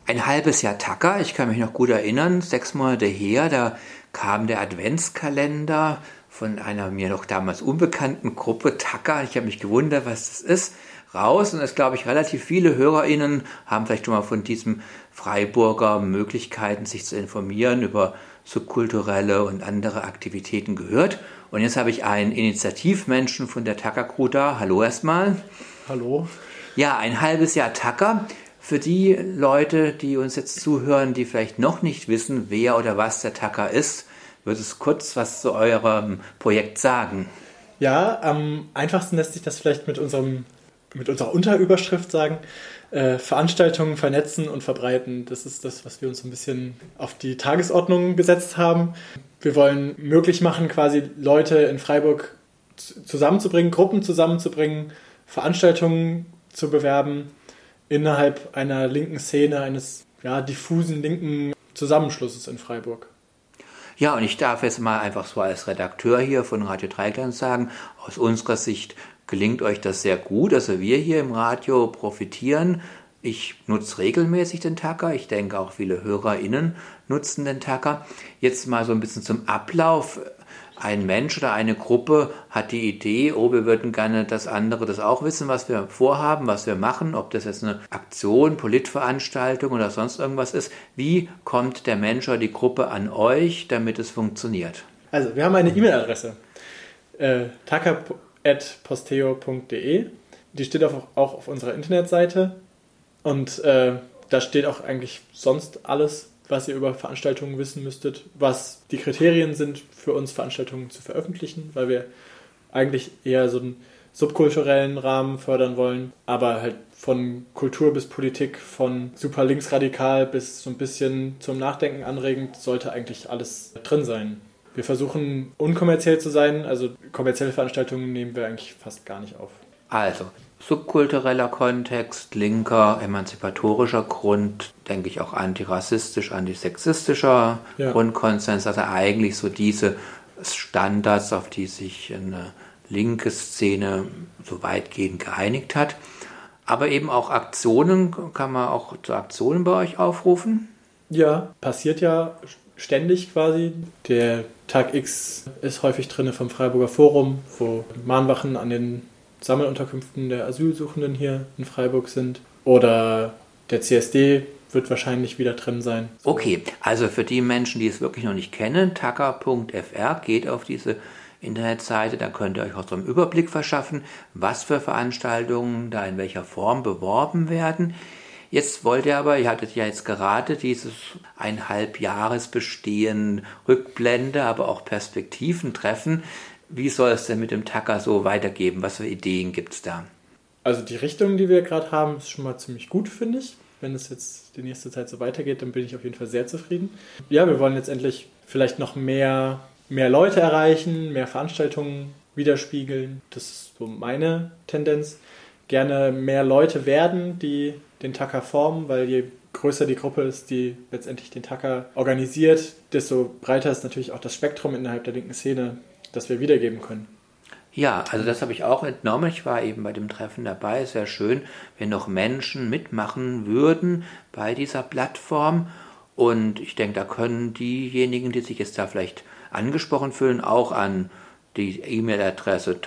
Ein halbes Jahr Tacker, ich kann mich noch gut erinnern, 6 Monate her, da kam der Adventskalender von einer mir noch damals unbekannten Gruppe Tacker. Ich habe mich gewundert, was das ist, raus. Und es glaube ich, relativ viele HörerInnen haben vielleicht schon mal von diesem Freiburger Möglichkeiten, sich zu informieren über subkulturelle und andere Aktivitäten gehört. Und jetzt habe ich einen Initiativmenschen von der Tacker-Crew da. Hallo erstmal. Hallo. Ja, ein halbes Jahr Tacker. Für die Leute, die uns jetzt zuhören, die vielleicht noch nicht wissen, wer oder was der Tacker ist, wird es kurz was zu eurem Projekt sagen? Ja, am einfachsten lässt sich das vielleicht mit unserer Unterüberschrift sagen. Veranstaltungen vernetzen und verbreiten. Das ist das, was wir uns ein bisschen auf die Tagesordnung gesetzt haben. Wir wollen möglich machen, quasi Leute in Freiburg zusammenzubringen, Gruppen zusammenzubringen, Veranstaltungen zu bewerben, innerhalb einer linken Szene, eines diffusen linken Zusammenschlusses in Freiburg. Ja, und ich darf jetzt mal einfach so als Redakteur hier von Radio Dreieckland sagen, aus unserer Sicht gelingt euch das sehr gut. Also wir hier im Radio profitieren. Ich nutze regelmäßig den Tacker. Ich denke auch viele HörerInnen nutzen den Tacker. Jetzt mal so ein bisschen zum Ablauf. Ein Mensch oder eine Gruppe hat die Idee, wir würden gerne, dass andere das auch wissen, was wir vorhaben, was wir machen, ob das jetzt eine Aktion, Politveranstaltung oder sonst irgendwas ist. Wie kommt der Mensch oder die Gruppe an euch, damit es funktioniert? Also, wir haben eine E-Mail-Adresse, tacker@posteo.de. Die steht auch auf unserer Internetseite und da steht auch eigentlich sonst alles, was ihr über Veranstaltungen wissen müsstet, was die Kriterien sind für uns, Veranstaltungen zu veröffentlichen, weil wir eigentlich eher so einen subkulturellen Rahmen fördern wollen, aber halt von Kultur bis Politik, von super linksradikal bis so ein bisschen zum Nachdenken anregend, sollte eigentlich alles drin sein. Wir versuchen unkommerziell zu sein, also kommerzielle Veranstaltungen nehmen wir eigentlich fast gar nicht auf. Also, subkultureller Kontext, linker, emanzipatorischer Grund, denke ich auch antirassistisch, antisexistischer Grundkonsens, also eigentlich so diese Standards, auf die sich eine linke Szene so weitgehend geeinigt hat. Aber eben auch Aktionen, kann man auch zu Aktionen bei euch aufrufen? Ja, passiert ja ständig quasi. Der Tag X ist häufig drin vom Freiburger Forum, wo Mahnwachen an den Sammelunterkünften der Asylsuchenden hier in Freiburg sind. Oder der CSD wird wahrscheinlich wieder drin sein. Okay, also für die Menschen, die es wirklich noch nicht kennen, tacker.fr, geht auf diese Internetseite, da könnt ihr euch auch so einen Überblick verschaffen, was für Veranstaltungen da in welcher Form beworben werden. Jetzt wollt ihr aber, ihr hattet ja jetzt gerade dieses 1,5 Jahresbestehen, Rückblende, aber auch Perspektiven treffen. Wie soll es denn mit dem Tacker so weitergehen? Was für Ideen gibt es da? Also die Richtung, die wir gerade haben, ist schon mal ziemlich gut, finde ich. Wenn es jetzt die nächste Zeit so weitergeht, dann bin ich auf jeden Fall sehr zufrieden. Ja, wir wollen jetzt endlich vielleicht noch mehr Leute erreichen, mehr Veranstaltungen widerspiegeln. Das ist so meine Tendenz. Gerne mehr Leute werden, die den Tacker formen, weil je größer die Gruppe ist, die letztendlich den Tacker organisiert, desto breiter ist natürlich auch das Spektrum innerhalb der linken Szene, das wir wiedergeben können. Ja, also das habe ich auch entnommen. Ich war eben bei dem Treffen dabei. Es wäre schön, wenn noch Menschen mitmachen würden bei dieser Plattform. Und ich denke, da können diejenigen, die sich jetzt da vielleicht angesprochen fühlen, auch an die E-Mail-Adresse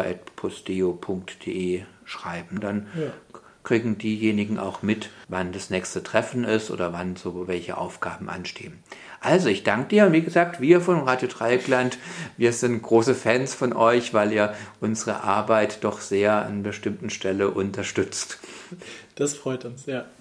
tacker@posteo.de schreiben. Dann kriegen diejenigen auch mit, wann das nächste Treffen ist oder wann so welche Aufgaben anstehen. Also ich danke dir und wie gesagt, wir von Radio Dreieckland, wir sind große Fans von euch, weil ihr unsere Arbeit doch sehr an bestimmten Stellen unterstützt. Das freut uns, ja.